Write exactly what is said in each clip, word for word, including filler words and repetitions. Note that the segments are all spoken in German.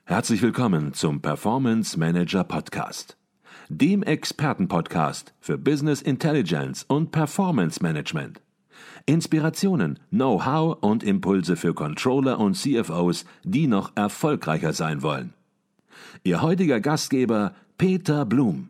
Herzlich willkommen zum Performance Manager Podcast, dem Expertenpodcast für Business Intelligence und Performance Management. Inspirationen, Know-how und Impulse für Controller und C F Os, die noch erfolgreicher sein wollen. Ihr heutiger Gastgeber Peter Blum.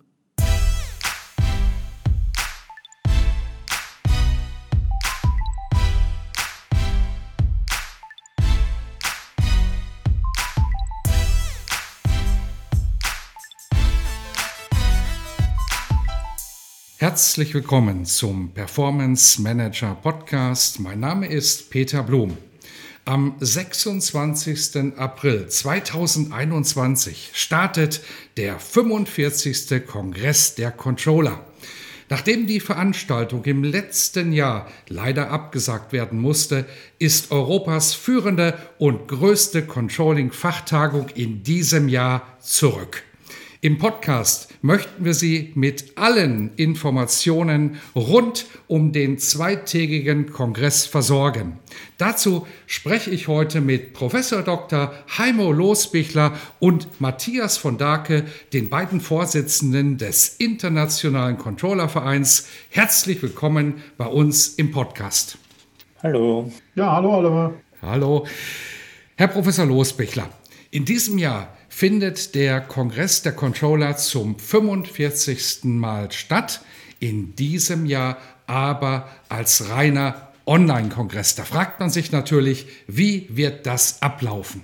Herzlich willkommen zum Performance Manager Podcast. Mein Name ist Peter Blum. Am sechsundzwanzigsten April zweitausendeinundzwanzig startet der fünfundvierzigste Kongress der Controller. Nachdem die Veranstaltung im letzten Jahr leider abgesagt werden musste, ist Europas führende und größte Controlling-Fachtagung in diesem Jahr zurück. Im Podcast möchten wir Sie mit allen Informationen rund um den zweitägigen Kongress versorgen. Dazu spreche ich heute mit Professor Doktor Heimo Losbichler und Matthias von Dake, den beiden Vorsitzenden des Internationalen Controllervereins. Herzlich willkommen bei uns im Podcast. Hallo. Ja, hallo Oliver. Hallo. Herr Professor Losbichler, in diesem Jahr findet der Kongress der Controller zum fünfundvierzigsten Mal statt, in diesem Jahr aber als reiner Online-Kongress. Da fragt man sich natürlich, wie wird das ablaufen?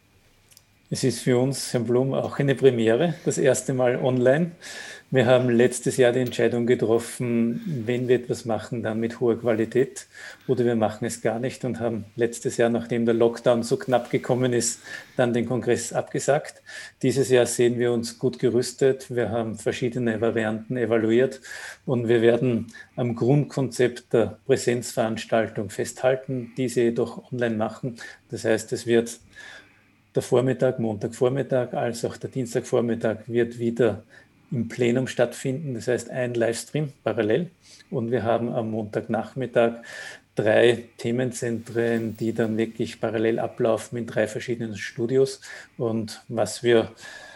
Es ist für uns, Herr Blum, auch eine Premiere, das erste Mal online. Wir haben letztes Jahr die Entscheidung getroffen, wenn wir etwas machen, dann mit hoher Qualität oder wir machen es gar nicht und haben letztes Jahr, nachdem der Lockdown so knapp gekommen ist, dann den Kongress abgesagt. Dieses Jahr sehen wir uns gut gerüstet. Wir haben verschiedene Varianten evaluiert und wir werden am Grundkonzept der Präsenzveranstaltung festhalten, diese jedoch online machen. Das heißt, es wird der Vormittag, Montagvormittag, als auch der Dienstagvormittag wird wieder im Plenum stattfinden, das heißt ein Livestream parallel. Und wir haben am Montagnachmittag drei Themenzentren, die dann wirklich parallel ablaufen in drei verschiedenen Studios. Und was wir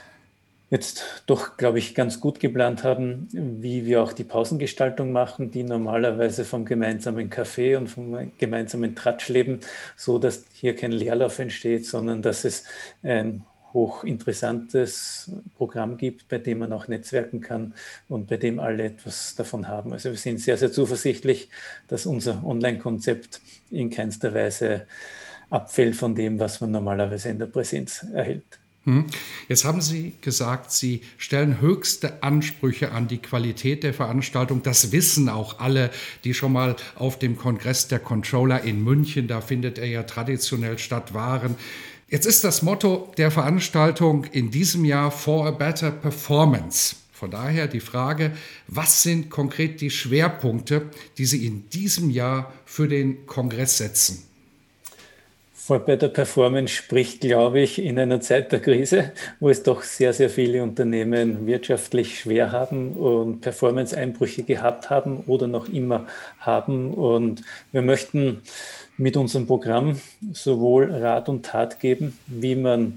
jetzt doch, glaube ich, ganz gut geplant haben, wie wir auch die Pausengestaltung machen, die normalerweise vom gemeinsamen Kaffee und vom gemeinsamen Tratsch leben, so dass hier kein Leerlauf entsteht, sondern dass es ein hochinteressantes Programm gibt, bei dem man auch netzwerken kann und bei dem alle etwas davon haben. Also wir sind sehr, sehr zuversichtlich, dass unser Online-Konzept in keinster Weise abfällt von dem, was man normalerweise in der Präsenz erhält. Jetzt haben Sie gesagt, Sie stellen höchste Ansprüche an die Qualität der Veranstaltung. Das wissen auch alle, die schon mal auf dem Kongress der Controller in München, da findet er ja traditionell statt, waren. Jetzt ist das Motto der Veranstaltung in diesem Jahr For a Better Performance. Von daher die Frage, was sind konkret die Schwerpunkte, die Sie in diesem Jahr für den Kongress setzen? For Better Performance spricht, glaube ich, in einer Zeit der Krise, wo es doch sehr, sehr viele Unternehmen wirtschaftlich schwer haben und Performance-Einbrüche gehabt haben oder noch immer haben. Und wir möchten mit unserem Programm sowohl Rat und Tat geben, wie man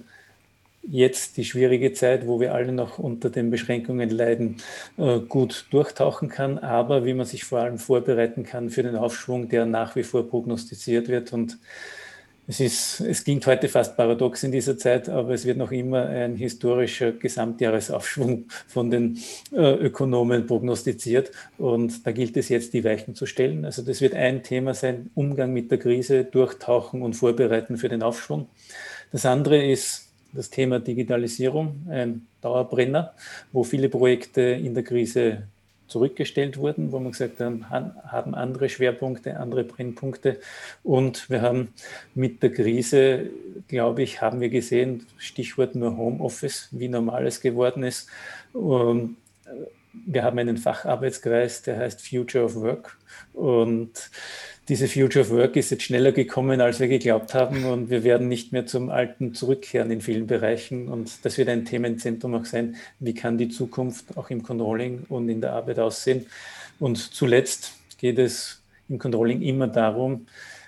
jetzt die schwierige Zeit, wo wir alle noch unter den Beschränkungen leiden, gut durchtauchen kann, aber wie man sich vor allem vorbereiten kann für den Aufschwung, der nach wie vor prognostiziert wird. Und Es ist, es klingt heute fast paradox in dieser Zeit, aber es wird noch immer ein historischer Gesamtjahresaufschwung von den äh, Ökonomen prognostiziert. Und da gilt es jetzt, die Weichen zu stellen. Also das wird ein Thema sein, Umgang mit der Krise, Durchtauchen und Vorbereiten für den Aufschwung. Das andere ist das Thema Digitalisierung, ein Dauerbrenner, wo viele Projekte in der Krise zurückgestellt wurden, wo man gesagt haben, haben andere Schwerpunkte, andere Brennpunkte. Und wir haben mit der Krise, glaube ich, haben wir gesehen, Stichwort nur Homeoffice, wie normal es geworden ist. Und wir haben einen Facharbeitskreis, der heißt Future of Work. Und diese Future of Work ist jetzt schneller gekommen, als wir geglaubt haben. Und wir werden nicht mehr zum Alten zurückkehren in vielen Bereichen. Und das wird ein Themenzentrum auch sein. Wie kann die Zukunft auch im Controlling und in der Arbeit aussehen? Und zuletzt geht es im Controlling immer darum,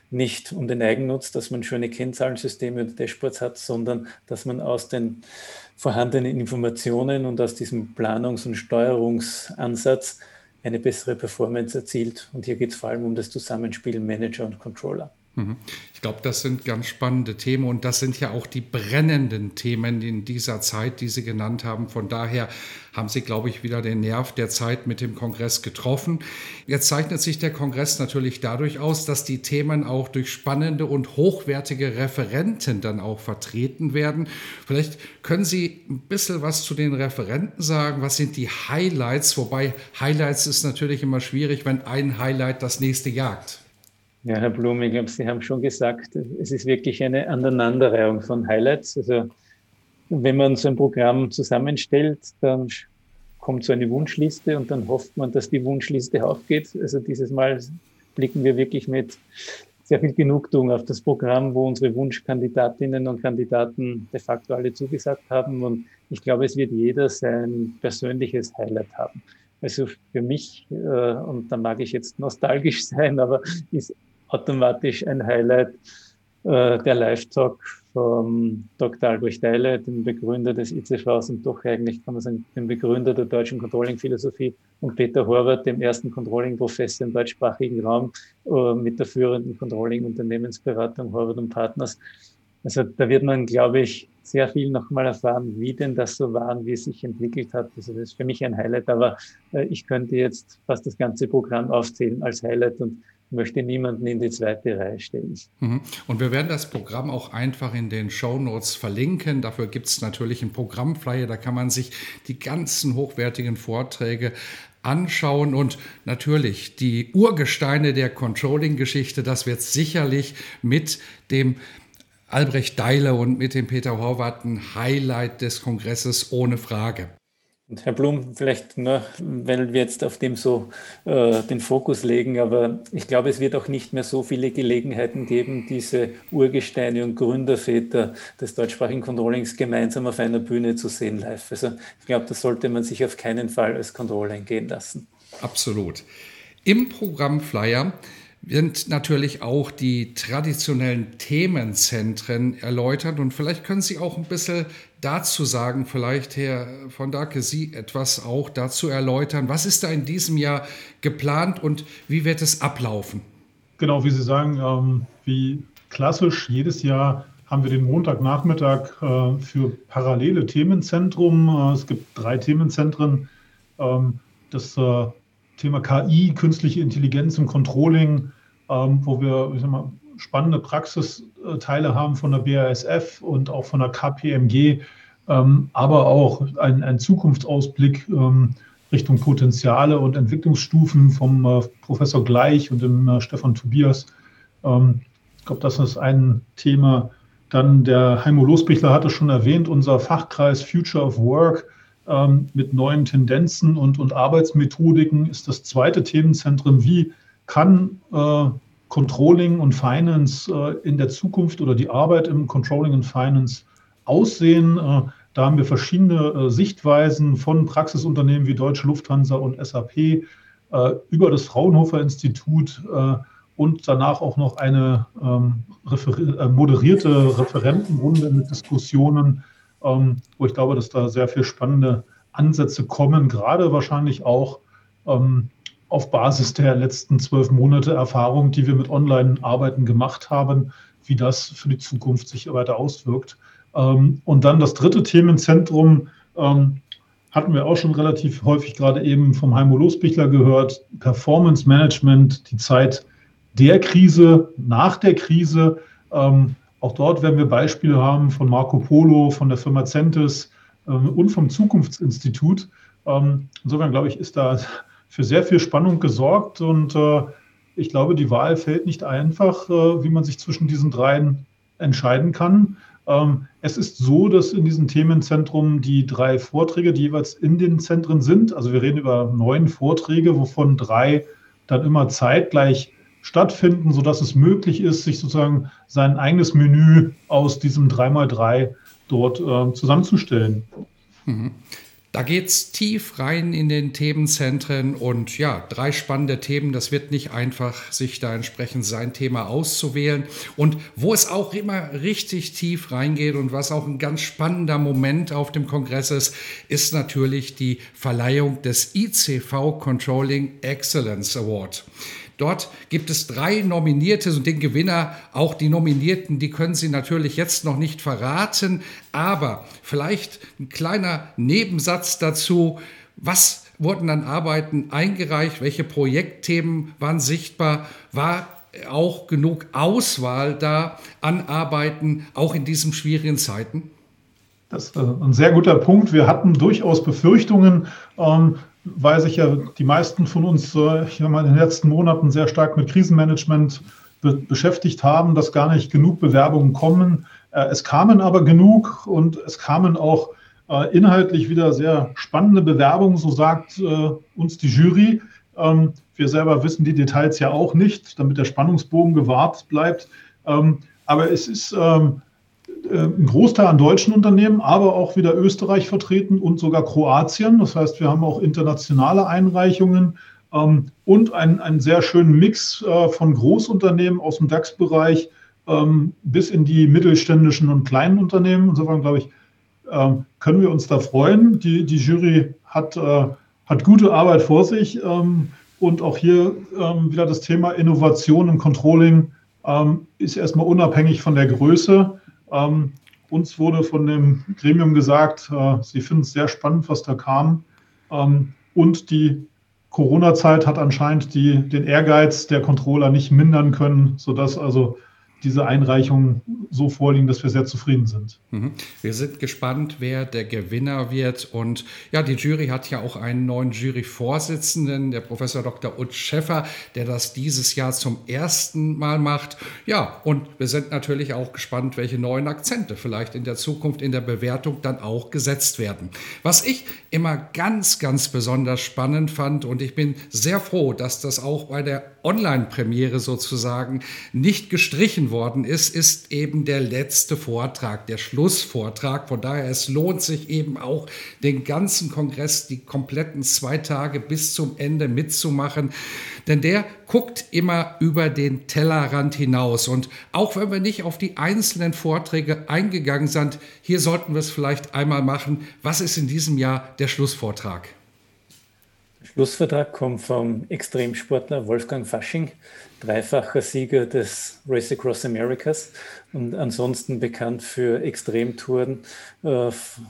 nicht um den Eigennutz, dass man schöne Kennzahlensysteme oder Dashboards hat, sondern dass man aus den vorhandenen Informationen und aus diesem Planungs- und Steuerungsansatz eine bessere Performance erzielt. Und hier geht es vor allem um das Zusammenspiel Manager und Controller. Ich glaube, das sind ganz spannende Themen und das sind ja auch die brennenden Themen in dieser Zeit, die Sie genannt haben. Von daher haben Sie, glaube ich, wieder den Nerv der Zeit mit dem Kongress getroffen. Jetzt zeichnet sich der Kongress natürlich dadurch aus, dass die Themen auch durch spannende und hochwertige Referenten dann auch vertreten werden. Vielleicht können Sie ein bisschen was zu den Referenten sagen. Was sind die Highlights? Wobei Highlights ist natürlich immer schwierig, wenn ein Highlight das nächste jagt. Ja, Herr Blum, ich glaube, Sie haben schon gesagt, es ist wirklich eine Aneinanderreihung von Highlights. Also wenn man so ein Programm zusammenstellt, dann kommt so eine Wunschliste und dann hofft man, dass die Wunschliste aufgeht. Also dieses Mal blicken wir wirklich mit sehr viel Genugtuung auf das Programm, wo unsere Wunschkandidatinnen und Kandidaten de facto alle zugesagt haben. Und ich glaube, es wird jeder sein persönliches Highlight haben. Also für mich, und da mag ich jetzt nostalgisch sein, aber ist automatisch ein Highlight äh, der Live-Talk vom Doktor Albrecht Deile, dem Begründer des I C Vs und doch eigentlich, kann man sagen, dem Begründer der deutschen Controlling-Philosophie, und Peter Horvath, dem ersten Controlling-Professor im deutschsprachigen Raum äh, mit der führenden Controlling-Unternehmensberatung Horvath und Partners. Also da wird man, glaube ich, sehr viel nochmal erfahren, wie denn das so war und wie es sich entwickelt hat. Also das ist für mich ein Highlight, aber äh, ich könnte jetzt fast das ganze Programm aufzählen als Highlight und möchte niemanden in die zweite Reihe stellen. Und wir werden das Programm auch einfach in den Shownotes verlinken. Dafür gibt es natürlich einen Programmflyer, da kann man sich die ganzen hochwertigen Vorträge anschauen und natürlich die Urgesteine der Controlling-Geschichte, das wird sicherlich mit dem Albrecht Deile und mit dem Peter Horvath ein Highlight des Kongresses ohne Frage. Und Herr Blum, vielleicht nur, weil wir jetzt auf dem so äh, den Fokus legen, aber ich glaube, es wird auch nicht mehr so viele Gelegenheiten geben, diese Urgesteine und Gründerväter des deutschsprachigen Controllings gemeinsam auf einer Bühne zu sehen live. Also ich glaube, das sollte man sich auf keinen Fall als Controlling gehen lassen. Absolut. Im Programmflyer sind natürlich auch die traditionellen Themenzentren erläutert und vielleicht können Sie auch ein bisschen dazu sagen, vielleicht Herr von Dake, Sie etwas auch dazu erläutern. Was ist da in diesem Jahr geplant und wie wird es ablaufen? Genau, wie Sie sagen, ähm, wie klassisch jedes Jahr haben wir den Montagnachmittag äh, für parallele Themenzentrum. Äh, es gibt drei Themenzentren. Ähm, das äh, Thema K I, künstliche Intelligenz im Controlling, ähm, wo wir ich sag mal, spannende Praxisteile haben von der B A S F und auch von der K P M G, ähm, aber auch ein, ein Zukunftsausblick ähm, Richtung Potenziale und Entwicklungsstufen vom äh, Professor Gleich und dem äh, Stefan Tobias. Ähm, ich glaube, das ist ein Thema. Dann der Heimo Losbichler hatte schon erwähnt, unser Fachkreis Future of Work ähm, mit neuen Tendenzen und, und Arbeitsmethodiken ist das zweite Themenzentrum. Wie kann äh, Controlling und Finance äh, in der Zukunft oder die Arbeit im Controlling und Finance aussehen? Äh, da haben wir verschiedene äh, Sichtweisen von Praxisunternehmen wie Deutsche Lufthansa und S A P äh, über das Fraunhofer Institut äh, und danach auch noch eine ähm, refer- äh, moderierte Referentenrunde mit Diskussionen, ähm, wo ich glaube, dass da sehr viel spannende Ansätze kommen, gerade wahrscheinlich auch ähm, auf Basis der letzten zwölf Monate Erfahrung, die wir mit Online-Arbeiten gemacht haben, wie das für die Zukunft sich weiter auswirkt. Ähm, und dann das dritte Themenzentrum ähm, hatten wir auch schon relativ häufig gerade eben vom Heimo Losbichler gehört, Performance Management, die Zeit der Krise, nach der Krise. Ähm, auch dort werden wir Beispiele haben von Marco Polo, von der Firma Centis ähm, und vom Zukunftsinstitut. Ähm, insofern glaube ich, ist da für sehr viel Spannung gesorgt und äh, ich glaube, die Wahl fällt nicht einfach, äh, wie man sich zwischen diesen dreien entscheiden kann. Ähm, es ist so, dass in diesem Themenzentrum die drei Vorträge, die jeweils in den Zentren sind, also wir reden über neun Vorträge, wovon drei dann immer zeitgleich stattfinden, sodass es möglich ist, sich sozusagen sein eigenes Menü aus diesem drei mal drei dort äh, zusammenzustellen. Mhm. Da geht es tief rein in den Themenzentren und ja, drei spannende Themen. Das wird nicht einfach, sich da entsprechend sein Thema auszuwählen. Und wo es auch immer richtig tief reingeht und was auch ein ganz spannender Moment auf dem Kongress ist, ist natürlich die Verleihung des I C V Controlling Excellence Award. Dort gibt es drei Nominierte und den Gewinner, auch die Nominierten, die können Sie natürlich jetzt noch nicht verraten, aber vielleicht ein kleiner Nebensatz dazu. Was wurden an Arbeiten eingereicht? Welche Projektthemen waren sichtbar? War auch genug Auswahl da an Arbeiten, auch in diesen schwierigen Zeiten? Das ist ein sehr guter Punkt. Wir hatten durchaus Befürchtungen, ähm, weil sich ja die meisten von uns äh, ich sag mal, in den letzten Monaten sehr stark mit Krisenmanagement be- beschäftigt haben, dass gar nicht genug Bewerbungen kommen. Äh, es kamen aber genug und es kamen auch äh, inhaltlich wieder sehr spannende Bewerbungen, so sagt äh, uns die Jury. Ähm, wir selber wissen die Details ja auch nicht, damit der Spannungsbogen gewahrt bleibt. Ähm, aber es ist ähm, ein Großteil an deutschen Unternehmen, aber auch wieder Österreich vertreten und sogar Kroatien. Das heißt, wir haben auch internationale Einreichungen ähm, und einen, einen sehr schönen Mix äh, von Großunternehmen aus dem DAX-Bereich ähm, bis in die mittelständischen und kleinen Unternehmen. Insofern, glaube ich, ähm, können wir uns da freuen. Die, die Jury hat, äh, hat gute Arbeit vor sich ähm, und auch hier ähm, wieder das Thema Innovation im Controlling ähm, ist erstmal unabhängig von der Größe. Ähm, uns wurde von dem Gremium gesagt, äh, sie finden es sehr spannend, was da kam. Ähm, und die Corona-Zeit hat anscheinend die, den Ehrgeiz der Controller nicht mindern können, sodass also diese Einreichungen so vorliegen, dass wir sehr zufrieden sind. Wir sind gespannt, wer der Gewinner wird. Und ja, die Jury hat ja auch einen neuen Juryvorsitzenden, der Professor Doktor Utz Schäffer, der das dieses Jahr zum ersten Mal macht. Ja, und wir sind natürlich auch gespannt, welche neuen Akzente vielleicht in der Zukunft in der Bewertung dann auch gesetzt werden. Was ich immer ganz, ganz besonders spannend fand, und ich bin sehr froh, dass das auch bei der Online-Premiere sozusagen nicht gestrichen worden ist, ist eben der letzte Vortrag, der Schlussvortrag. Von daher, es lohnt sich eben auch, den ganzen Kongress, die kompletten zwei Tage bis zum Ende mitzumachen. Denn der guckt immer über den Tellerrand hinaus. Und auch wenn wir nicht auf die einzelnen Vorträge eingegangen sind, hier sollten wir es vielleicht einmal machen. Was ist in diesem Jahr der Schlussvortrag? Schlussvortrag kommt vom Extremsportler Wolfgang Fasching, dreifacher Sieger des Race Across Americas und ansonsten bekannt für Extremtouren äh,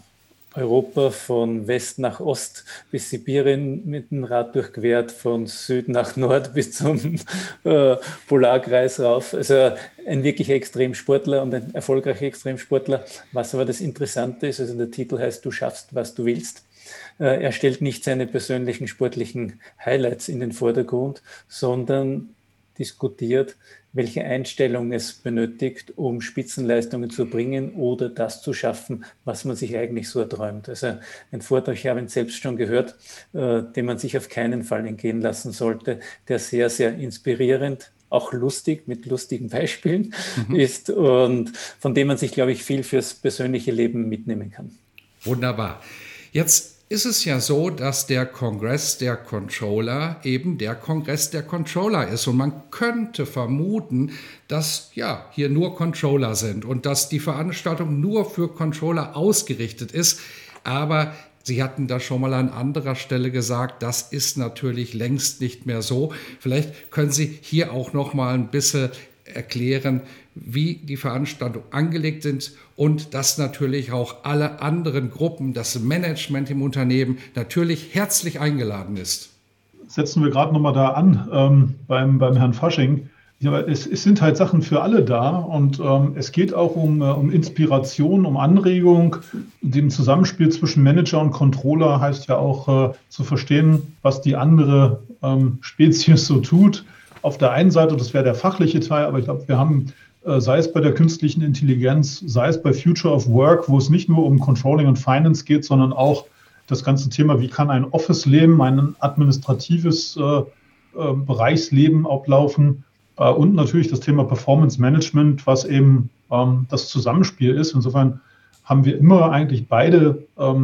Europa von West nach Ost bis Sibirien mit dem Rad durchquert, von Süd nach Nord bis zum äh, Polarkreis rauf. Also ein wirklicher Extremsportler und ein erfolgreicher Extremsportler. Was aber das Interessante ist, also der Titel heißt "Du schaffst, was du willst". Er stellt nicht seine persönlichen sportlichen Highlights in den Vordergrund, sondern diskutiert, welche Einstellung es benötigt, um Spitzenleistungen zu bringen oder das zu schaffen, was man sich eigentlich so erträumt. Also ein Vortrag, ich habe ihn selbst schon gehört, äh, den man sich auf keinen Fall entgehen lassen sollte, der sehr, sehr inspirierend, auch lustig, mit lustigen Beispielen mhm. ist und von dem man sich, glaube ich, viel fürs persönliche Leben mitnehmen kann. Wunderbar. Jetzt ist es ja so, dass der Kongress der Controller eben der Kongress der Controller ist. Und man könnte vermuten, dass ja hier nur Controller sind und dass die Veranstaltung nur für Controller ausgerichtet ist. Aber Sie hatten da schon mal an anderer Stelle gesagt, das ist natürlich längst nicht mehr so. Vielleicht können Sie hier auch noch mal ein bisschen erklären, wie die Veranstaltung angelegt sind und dass natürlich auch alle anderen Gruppen, das Management im Unternehmen natürlich herzlich eingeladen ist. Setzen wir gerade nochmal da an ähm, beim, beim Herrn Fasching. Ja, es, es sind halt Sachen für alle da und ähm, es geht auch um, um Inspiration, um Anregung. Dem Zusammenspiel zwischen Manager und Controller heißt ja auch äh, zu verstehen, was die andere ähm, Spezies so tut. Auf der einen Seite, das wäre der fachliche Teil, aber ich glaube, wir haben sei es bei der künstlichen Intelligenz, sei es bei Future of Work, wo es nicht nur um Controlling und Finance geht, sondern auch das ganze Thema, wie kann ein Office-Leben, ein administratives äh, äh, Bereichsleben ablaufen äh, und natürlich das Thema Performance Management, was eben ähm, das Zusammenspiel ist. Insofern haben wir immer eigentlich beide ähm,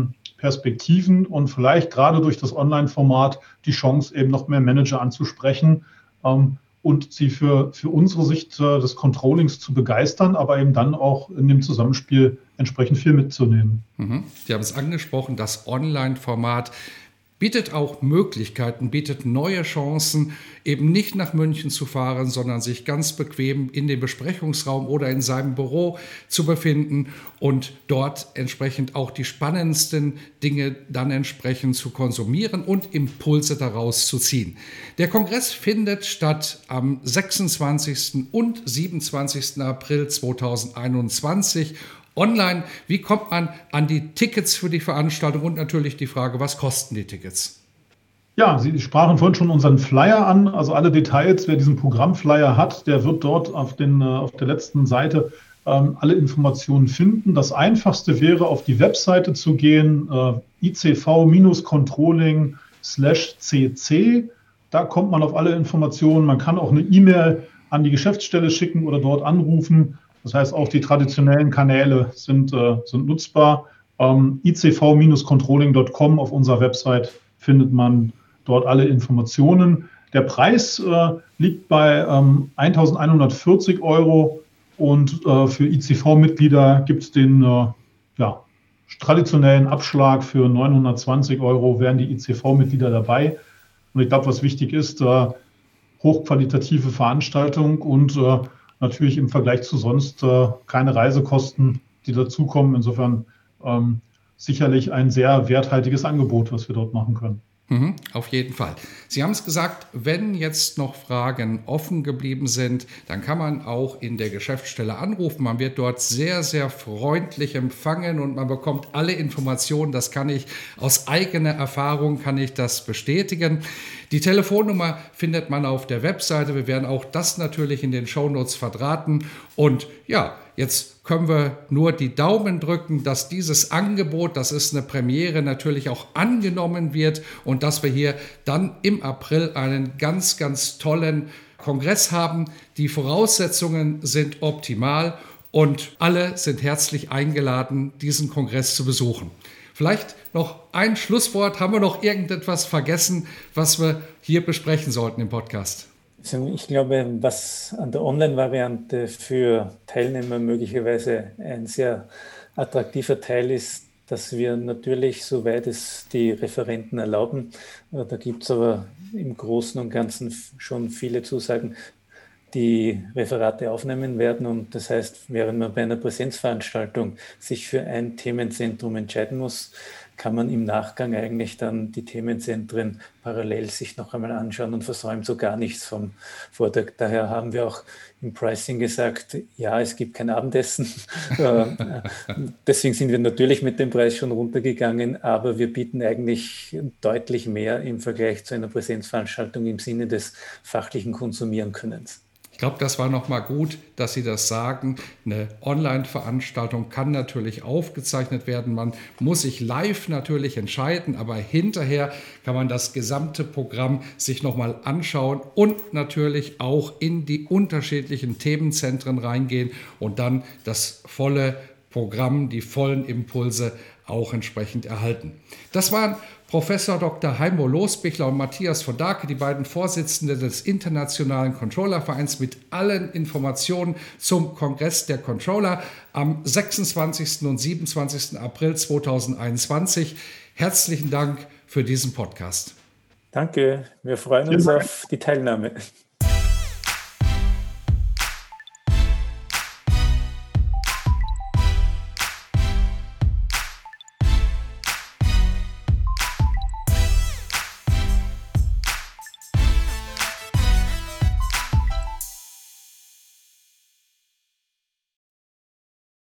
Perspektiven und vielleicht gerade durch das Online-Format die Chance, eben noch mehr Manager anzusprechen ähm, und sie für, für unsere Sicht äh, des Controllings zu begeistern, aber eben dann auch in dem Zusammenspiel entsprechend viel mitzunehmen. Mhm. Sie haben es angesprochen, das Online-Format bietet auch Möglichkeiten, bietet neue Chancen, eben nicht nach München zu fahren, sondern sich ganz bequem in dem Besprechungsraum oder in seinem Büro zu befinden und dort entsprechend auch die spannendsten Dinge dann entsprechend zu konsumieren und Impulse daraus zu ziehen. Der Kongress findet statt am sechsundzwanzigsten und siebenundzwanzigsten April zweitausendeinundzwanzig. Online, wie kommt man an die Tickets für die Veranstaltung und natürlich die Frage, was kosten die Tickets? Ja, Sie sprachen vorhin schon unseren Flyer an, also alle Details, wer diesen Programmflyer hat, der wird dort auf, den, auf der letzten Seite ähm, alle Informationen finden. Das Einfachste wäre, auf die Webseite zu gehen, äh, I C V-Controlling slash C C. Da kommt man auf alle Informationen. Man kann auch eine E-Mail an die Geschäftsstelle schicken oder dort anrufen. Das heißt, auch die traditionellen Kanäle sind, äh, sind nutzbar. Ähm, I C V-controlling Punkt com auf unserer Website findet man dort alle Informationen. Der Preis äh, liegt bei ähm, eintausendeinhundertvierzig Euro und äh, für I C V-Mitglieder gibt es den äh, ja, traditionellen Abschlag für neunhundertzwanzig Euro, wären die I C V-Mitglieder dabei. Und ich glaube, was wichtig ist, äh, hochqualitative Veranstaltung und äh, natürlich im Vergleich zu sonst äh, keine Reisekosten, die dazukommen. Insofern ähm, sicherlich ein sehr werthaltiges Angebot, was wir dort machen können. Mhm, auf jeden Fall. Sie haben es gesagt, wenn jetzt noch Fragen offen geblieben sind, dann kann man auch in der Geschäftsstelle anrufen. Man wird dort sehr, sehr freundlich empfangen und man bekommt alle Informationen. Das kann ich aus eigener Erfahrung, kann ich das bestätigen. Die Telefonnummer findet man auf der Webseite. Wir werden auch das natürlich in den Shownotes verdrahten. Und ja, jetzt können wir nur die Daumen drücken, dass dieses Angebot, das ist eine Premiere, natürlich auch angenommen wird und dass wir hier dann im April einen ganz, ganz tollen Kongress haben. Die Voraussetzungen sind optimal und alle sind herzlich eingeladen, diesen Kongress zu besuchen. Vielleicht noch ein Schlusswort. Haben wir noch irgendetwas vergessen, was wir hier besprechen sollten im Podcast? Also ich glaube, was an der Online-Variante für Teilnehmer möglicherweise ein sehr attraktiver Teil ist, dass wir natürlich, soweit es die Referenten erlauben, da gibt es aber im Großen und Ganzen schon viele Zusagen, die Referate aufnehmen werden. Und das heißt, während man bei einer Präsenzveranstaltung sich für ein Themenzentrum entscheiden muss, kann man im Nachgang eigentlich dann die Themenzentren parallel sich noch einmal anschauen und versäumt so gar nichts vom Vortrag. Daher haben wir auch im Pricing gesagt, ja, es gibt kein Abendessen. Deswegen sind wir natürlich mit dem Preis schon runtergegangen, aber wir bieten eigentlich deutlich mehr im Vergleich zu einer Präsenzveranstaltung im Sinne des fachlichen Konsumieren-Könnens. Ich glaube, das war nochmal gut, dass Sie das sagen. Eine Online-Veranstaltung kann natürlich aufgezeichnet werden. Man muss sich live natürlich entscheiden, aber hinterher kann man das gesamte Programm sich nochmal anschauen und natürlich auch in die unterschiedlichen Themenzentren reingehen und dann das volle Programm, die vollen Impulse auch entsprechend erhalten. Das waren Professor Doktor Heimo Losbichler und Matthias von Dake, die beiden Vorsitzenden des Internationalen Controllervereins, mit allen Informationen zum Kongress der Controller am sechsundzwanzigsten und siebenundzwanzigsten April zweitausendeinundzwanzig. Herzlichen Dank für diesen Podcast. Danke, wir freuen uns auf die Teilnahme.